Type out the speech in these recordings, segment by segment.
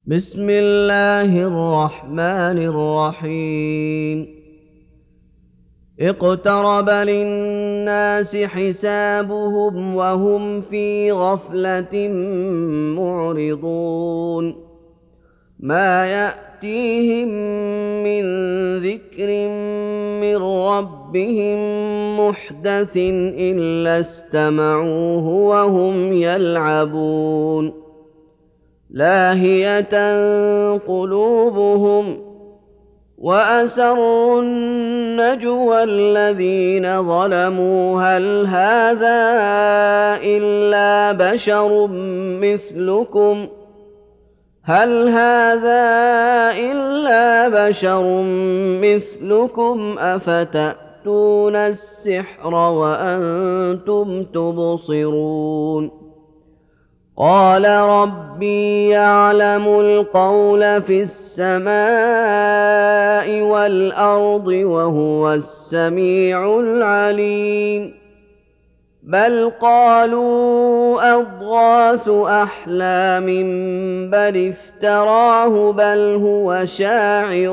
بسم الله الرحمن الرحيم. اقترب للناس حسابهم وهم في غفلة معرضون. ما يأتيهم من ذكر من ربهم محدث إلا استمعوه وهم يلعبون. لاهية قلوبهم وأسروا النجوى الذين ظلموا هل هذا إلا بشر مثلكم أفتأتون السحر وأنتم تبصرون. قال ربي يعلم القول في السماء والأرض وهو السميع العليم. بل قالوا أضغاث أحلام بل افتراه بل هو شاعر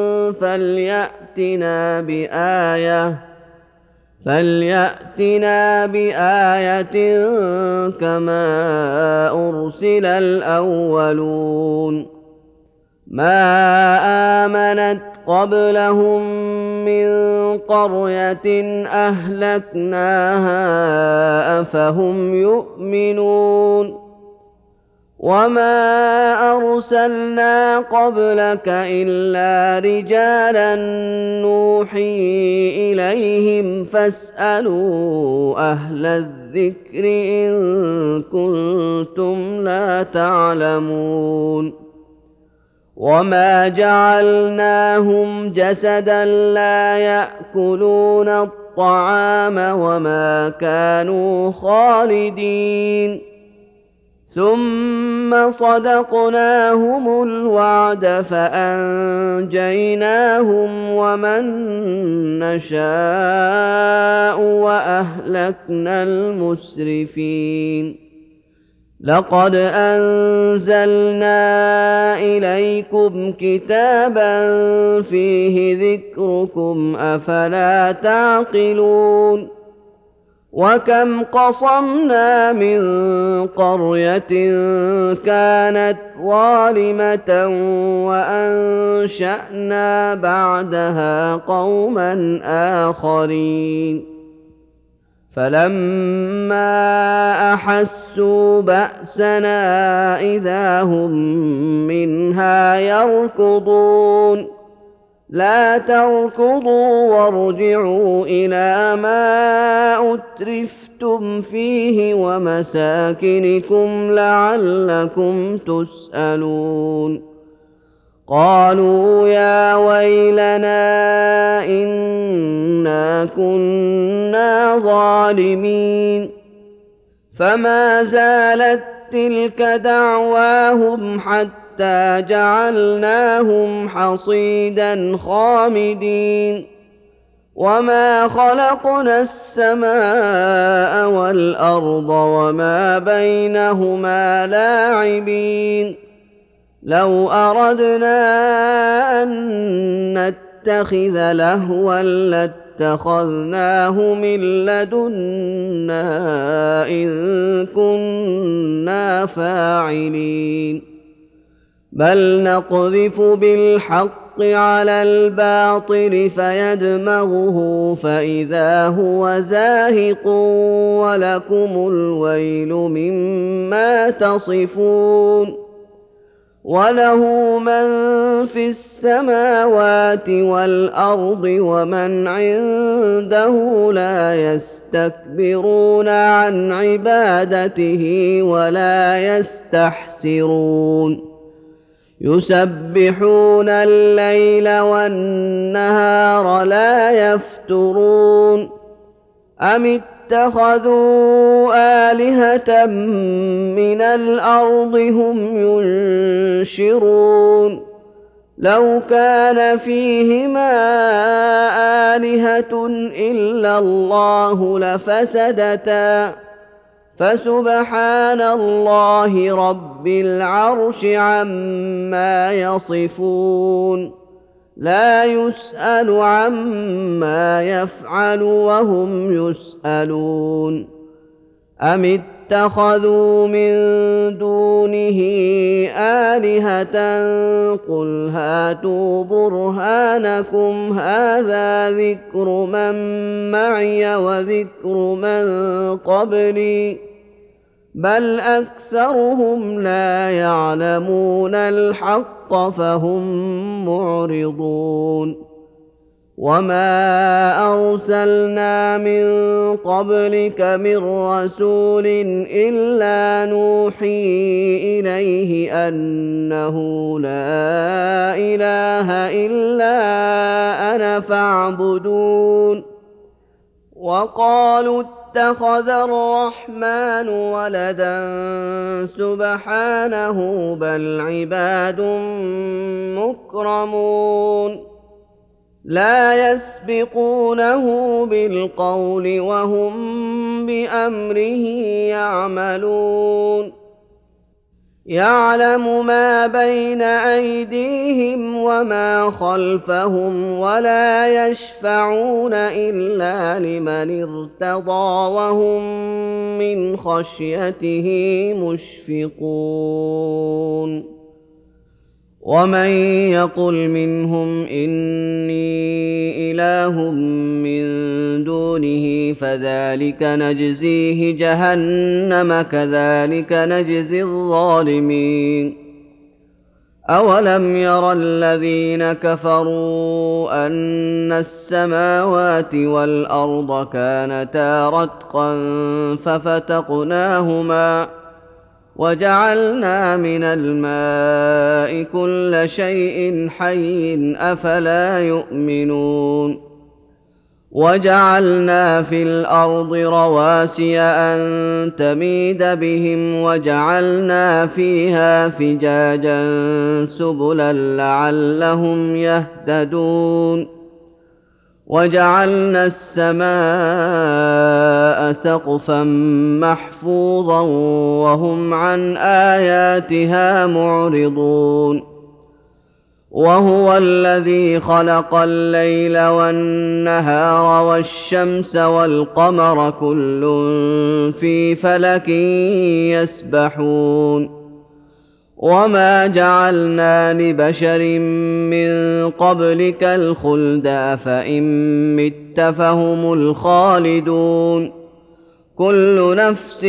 فليأتنا بآية كما أرسل الأولون. ما آمنت قبلهم من قرية أهلكناها أفهم يؤمنون. وما أرسلنا قبلك إلا رجالا نوحي إليهم فاسألوا أهل الذكر إن كنتم لا تعلمون. وما جعلناهم جسدا لا يأكلون الطعام وما كانوا خالدين. ثم صدقناهم الوعد فأنجيناهم ومن نشاء وأهلكنا المسرفين. لقد أنزلنا إليكم كتابا فيه ذكركم أفلا تعقلون. وكم قصمنا من قرية كانت ظالمة وأنشأنا بعدها قوما آخرين. فلما أحسوا بأسنا إذا هم منها يركضون. لا تركضوا وارجعوا إلى ما أترفتم فيه ومساكنكم لعلكم تسألون. قالوا يا ويلنا إنا كنا ظالمين. فما زالت تلك دعواهم حتى جعلناهم حصيدا خامدين. وما خلقنا السماء والأرض وما بينهما لاعبين. لو أردنا أن نتخذ لهوا لاتخذناه من لدنا إن كنا فاعلين. بل نقذف بالحق على الباطل فيدمغه فإذا هو زاهق ولكم الويل مما تصفون. وله من في السماوات والأرض ومن عنده لا يستكبرون عن عبادته ولا يستحسرون. يسبحون الليل والنهار لا يفترون. أم اتخذوا آلهة من الأرض هم ينشرون. لو كان فيهما آلهة إلا الله لفسدتا فسبحان الله رب العرش عما يصفون لا يسأل عما يفعل وهم يسألون أم اتخذوا من دونه آلهة قل هاتوا برهانكم هذا ذكر من معي وذكر من قبلي بل أكثرهم لا يعلمون الحق فهم معرضون وما أرسلنا من قبلك من رسول إلا نوحي إليه أنه لا إله إلا أنا فاعبدون وقالوا اتخذ الرحمن ولدا سبحانه بل عباد مكرمون لا يسبقونه بالقول وهم بأمره يعملون يعلم ما بين أيديهم وما خلفهم ولا يشفعون إلا لمن ارتضى وهم من خشيته مشفقون ومن يقل منهم إني إله من دونه فذلك نجزيه جهنم كذلك نجزي الظالمين أولم ير الذين كفروا أن السماوات والأرض كانتا رتقا ففتقناهما وجعلنا من الماء كل شيء حي أفلا يؤمنون وجعلنا في الأرض رواسي أن تميد بهم وجعلنا فيها فجاجا سبلا لعلهم يهتدون وجعلنا السماء سقفا محفوظا وهم عن آياتها معرضون وهو الذي خلق الليل والنهار والشمس والقمر كل في فلك يسبحون وما جعلنا لبشر من قبلك الخلد أفإن مت فهم الخالدون كل نفس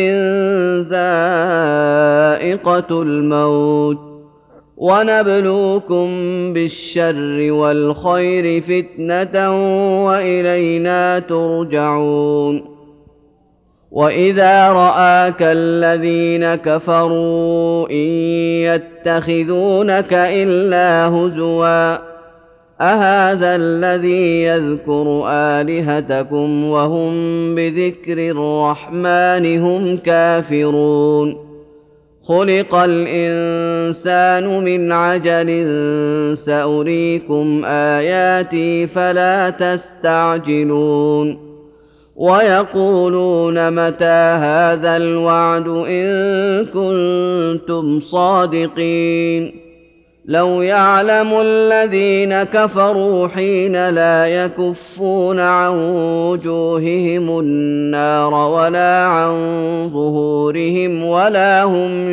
ذائقة الموت ونبلوكم بالشر والخير فتنة وإلينا ترجعون وإذا رآك الذين كفروا إن يتخذونك إلا هزوا أهذا الذي يذكر آلهتكم وهم بذكر الرحمن هم كافرون خلق الإنسان من عجل سأريكم آياتي فلا تستعجلون ويقولون متى هذا الوعد إن كنتم صادقين لو يعلم الذين كفروا حين لا يكفون عن وجوههم النار ولا عن ظهورهم ولا هم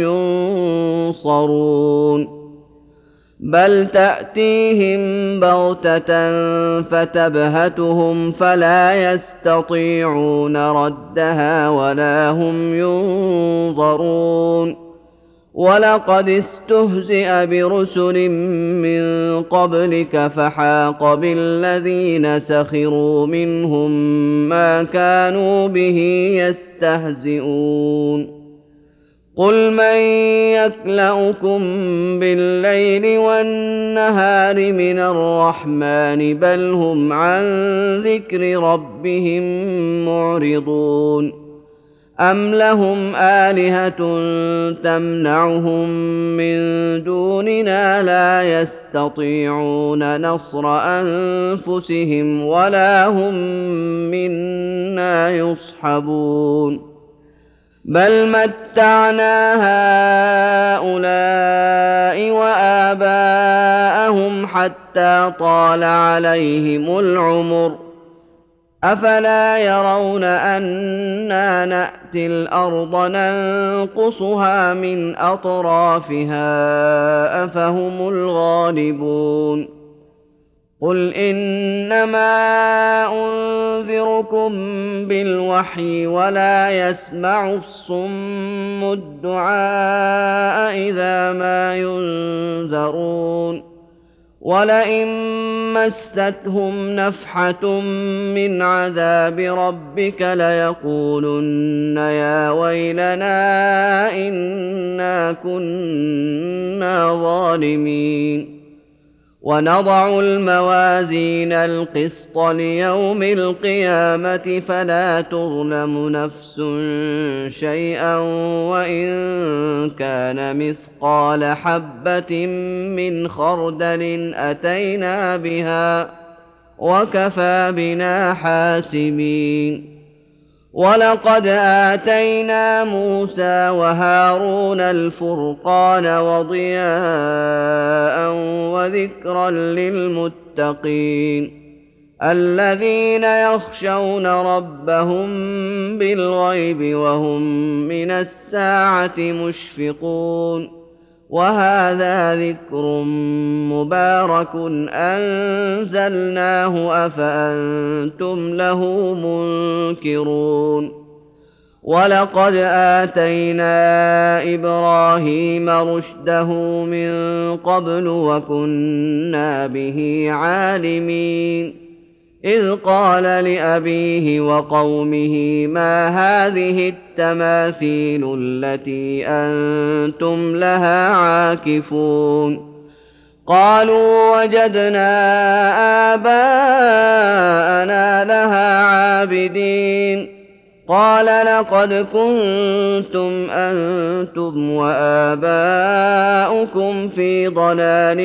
ينصرون بل تأتيهم بغتة فتبهتهم فلا يستطيعون ردها ولا هم ينظرون ولقد استهزئ برسل من قبلك فحاق بالذين سخروا منهم ما كانوا به يستهزئون قل من يكلؤكم بالليل والنهار من الرحمن بل هم عن ذكر ربهم معرضون أم لهم آلهة تمنعهم من دوننا لا يستطيعون نصر أنفسهم ولا هم منا يصحبون بل متعنا هؤلاء وآباءهم حتى طال عليهم العمر أفلا يرون أنا نأتي الأرض ننقصها من أطرافها أفهم الغالبون قل إنما أنذركم بالوحي ولا يسمع الصم الدعاء إذا ما ينذرون ولئن مستهم نفحة من عذاب ربك ليقولن يا ويلنا إنا كنا ظالمين ونضع الموازين القسط ليوم القيامة فلا تظلم نفس شيئا وإن كان مثقال حبة من خردل أتينا بها وكفى بنا حاسبين ولقد آتينا موسى وهارون الفرقان وضياء وذكرا للمتقين الذين يخشون ربهم بالغيب وهم من الساعة مشفقون وهذا ذكر مبارك أنزلناه أفأنتم له منكرون ولقد آتينا إبراهيم رشده من قبل وكنا به عالمين إذ قال لأبيه وقومه ما هذه التماثيل التي أنتم لها عاكفون قالوا وجدنا آباءنا لها عابدين قال لقد كنتم أنتم وآباؤكم في ضلال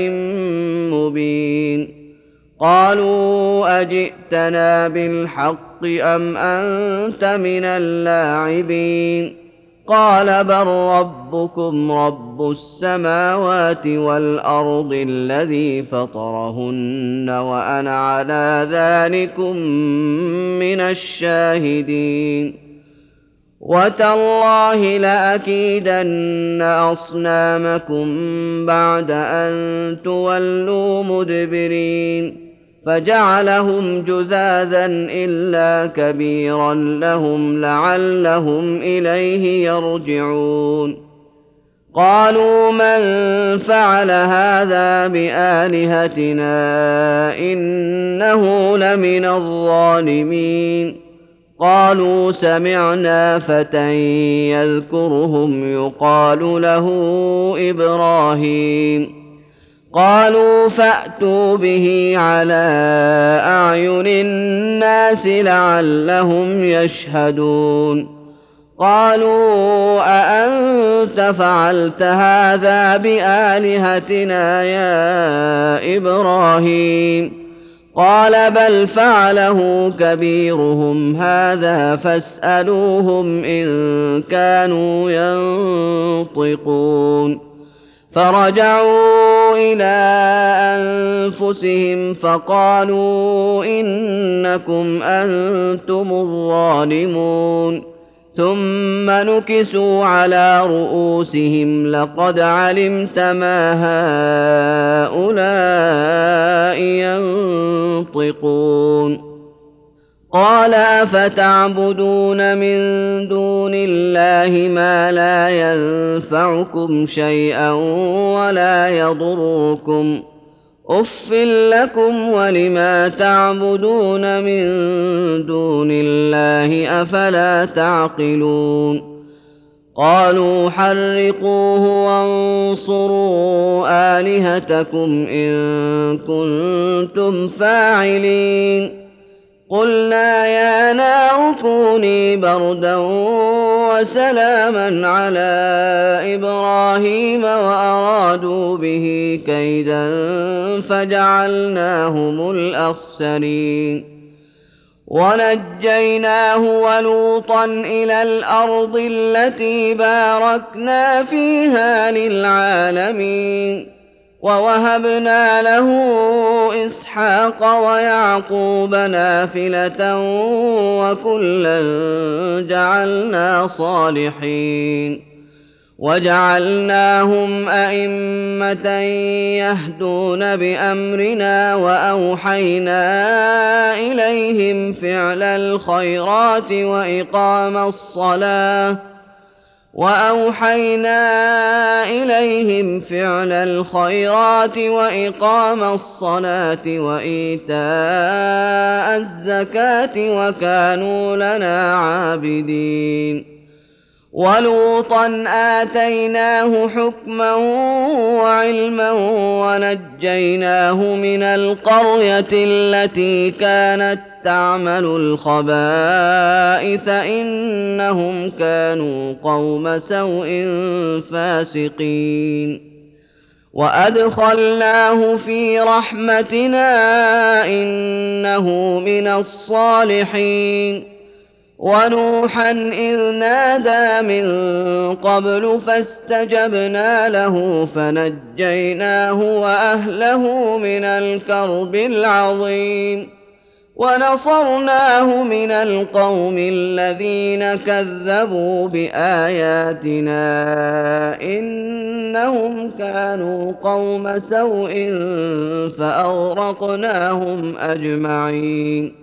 مبين قالوا أجئتنا بالحق أم أنت من اللاعبين قال بل ربكم رب السماوات والأرض الذي فطرهن وأنا على ذلكم من الشاهدين وتالله لأكيدن أصنامكم بعد أن تولوا مدبرين فجعلهم جذاذا إلا كبيرا لهم لعلهم إليه يرجعون قالوا من فعل هذا بآلهتنا إنه لمن الظالمين قالوا سمعنا فتى يذكرهم يقال له إبراهيم قالوا فأتوا به على أعين الناس لعلهم يشهدون قالوا أأنت فعلت هذا بآلهتنا يا إبراهيم قال بل فعله كبيرهم هذا فاسألوهم إن كانوا ينطقون فرجعوا إلى أنفسهم فقالوا إنكم أنتم الظالمون ثم نكسوا على رؤوسهم لقد علمت ما هؤلاء ينطقون قال أفتعبدون من دون الله ما لا ينفعكم شيئا ولا يضركم أف لكم ولما تعبدون من دون الله أفلا تعقلون قالوا حرقوه وانصروا آلهتكم إن كنتم فاعلين قلنا يا نار كوني بردا وسلاما على إبراهيم وأرادوا به كيدا فجعلناهم الأخسرين ونجيناه ولوطا إلى الأرض التي باركنا فيها للعالمين ووهبنا له إسحاق ويعقوب نافلة وكلا جعلنا صالحين وجعلناهم أئمة يهدون بأمرنا وأوحينا إليهم فعل الخيرات وإقام الصلاة وإيتاء الزكاة وكانوا لنا عابدين ولوطا آتيناه حكما وعلما ونجيناه من القرية التي كانت تعمل الخبائث إنهم كانوا قوم سوء فاسقين وأدخلناه في رحمتنا إنه من الصالحين ونوحا إذ نادى من قبل فاستجبنا له فنجيناه وأهله من الكرب العظيم ونصرناه من القوم الذين كذبوا بآياتنا إنهم كانوا قوم سوء فأغرقناهم أجمعين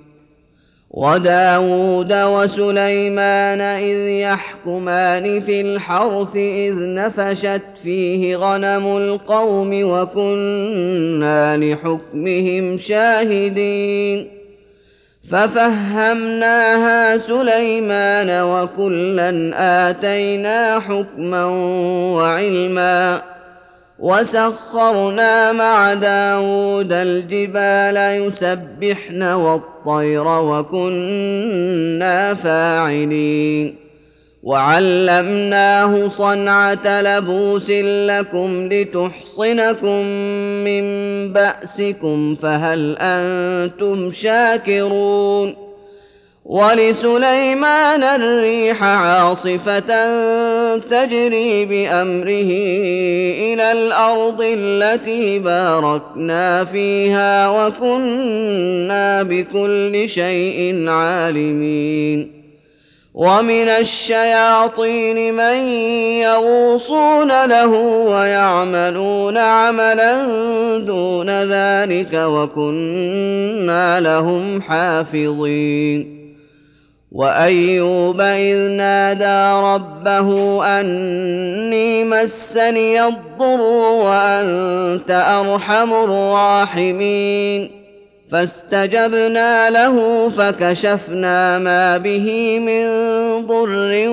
وداود وسليمان إذ يحكمان في الحرث إذ نفشت فيه غنم القوم وكنا لحكمهم شاهدين ففهمناها سليمان وكلا آتينا حكما وعلما وسخرنا مع داود الجبال يسبحن والطير وكنا فاعلين وعلمناه صنعة لبوس لكم لتحصنكم من بأسكم فهل أنتم شاكرون ولسليمان الريح عاصفة تجري بأمره إلى الأرض التي باركنا فيها وكنا بكل شيء عالمين ومن الشياطين من يغوصون له ويعملون عملا دون ذلك وكنا لهم حافظين وأيوب إذ نادى ربه أني مسني الضر وأنت أرحم الراحمين فاستجبنا له فكشفنا ما به من ضر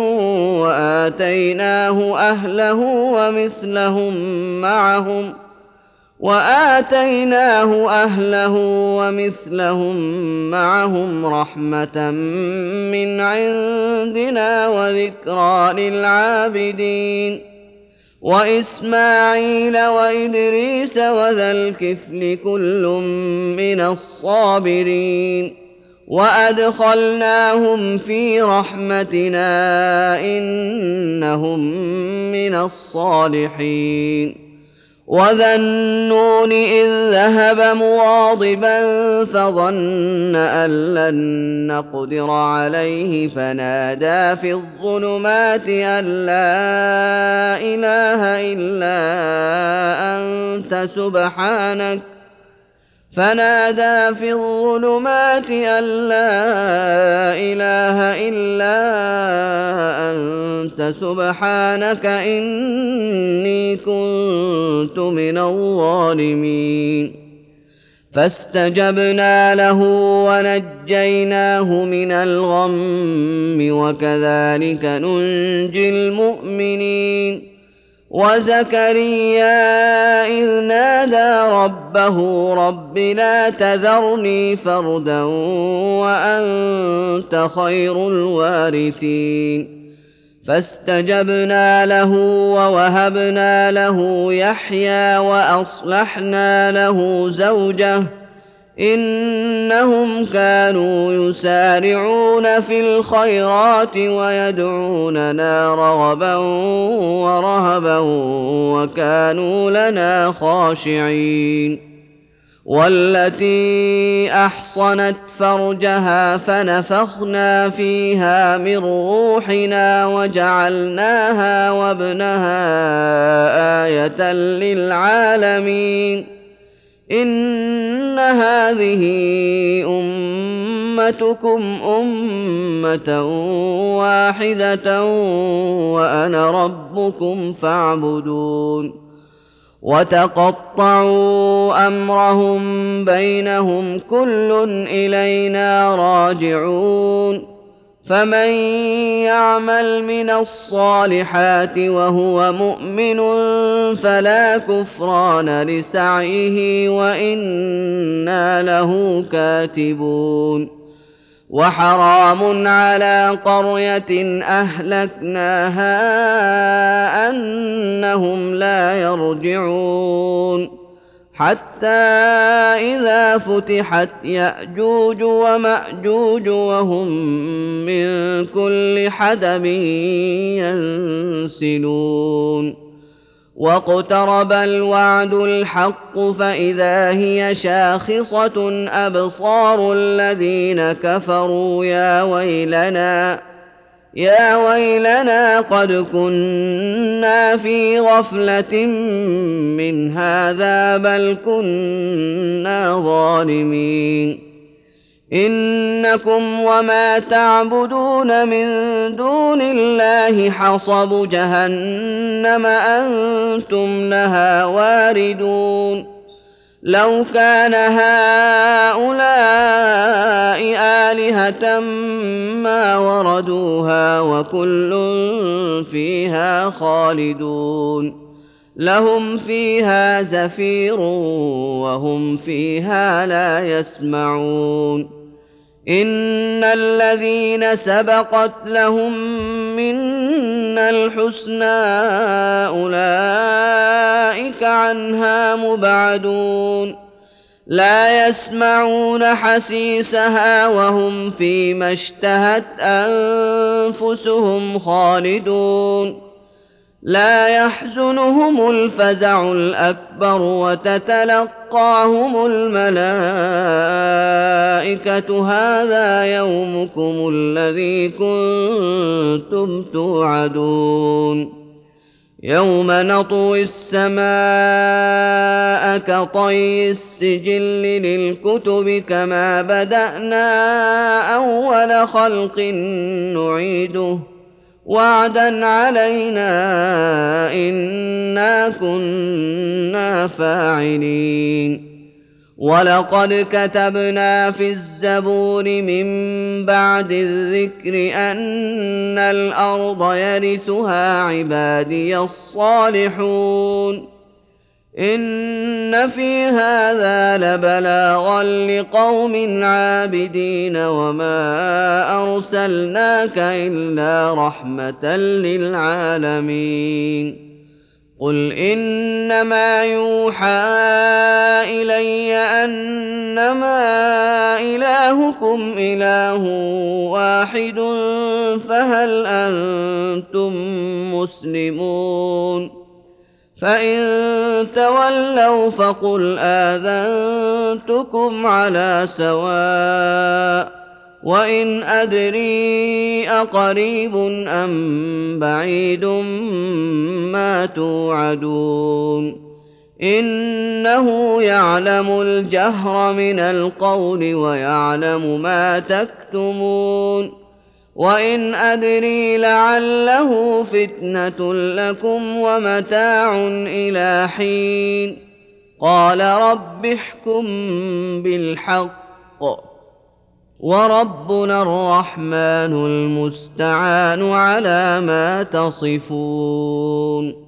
وآتيناه أهله ومثلهم معهم رحمة من عندنا وذكرى للعابدين وإسماعيل وإدريس وذا الكفل كل من الصابرين وأدخلناهم في رحمتنا إنهم من الصالحين وذا النون إذ ذهب مغاضبا فظن أن لن نقدر عليه فنادى في الظلمات أن لا إله إلا أنت سبحانك إني كنت من الظالمين فاستجبنا له ونجيناه من الغم وكذلك ننجي المؤمنين وزكريا إذ نادى ربه رب لا تذرني فردا وأنت خير الوارثين فاستجبنا له ووهبنا له يحيى وأصلحنا له زوجه إنهم كانوا يسارعون في الخيرات ويدعوننا رغبا ورهبا وكانوا لنا خاشعين. والتي أحصنت فرجها فنفخنا فيها من روحنا وجعلناها وابنها آية للعالمين. إن هذه أمتكم أمة واحدة وأنا ربكم فاعبدون. وتقطعوا أمرهم بينهم كل إلينا راجعون. فمن يعمل من الصالحات وهو مؤمن فلا كفران لسعيه وإنا له كاتبون. وحرام على قرية أهلكناها أنهم لا يرجعون حتى إذا فتحت يأجوج ومأجوج وهم من كل حدب ينسلون. واقترب الوعد الحق فإذا هي شاخصة أبصار الذين كفروا يا ويلنا قد كنا في غفلة من هذا بل كنا ظالمين. إنكم وما تعبدون من دون الله حصب جهنم أنتم لها واردون. لو كان هؤلاء آلهة ما وردوها وكل فيها خالدون. لهم فيها زفير وهم فيها لا يسمعون. إن الذين سبقت لهم منا الحسنى أولئك عنها مبعدون. لا يسمعون حسيسها وهم فيما اشتهت أنفسهم خالدون. لا يحزنهم الفزع الأكبر وتتلقاهم الملائكة هذا يومكم الذي كنتم توعدون. يوم نطوي السماء كطي السجل للكتب كما بدأنا أول خلق نعيده وعدا علينا إنا كنا فاعلين. ولقد كتبنا في الزبور من بعد الذكر أن الأرض يرثها عبادي الصالحون. إن في هذا لبلاغا لقوم عابدين وما أرسلناك إلا رحمة للعالمين. قل إنما يوحى إلي أنما إلهكم إله واحد فهل أنتم مسلمون؟ فإن تولوا فقل آذنتكم على سواء وإن أدري أقريب أم بعيد ما توعدون. إنه يعلم الجهر من القول ويعلم ما تكتمون. وإن أدري لعله فتنة لكم ومتاع إلى حين. قال رب احكم بالحق وربنا الرحمن المستعان على ما تصفون.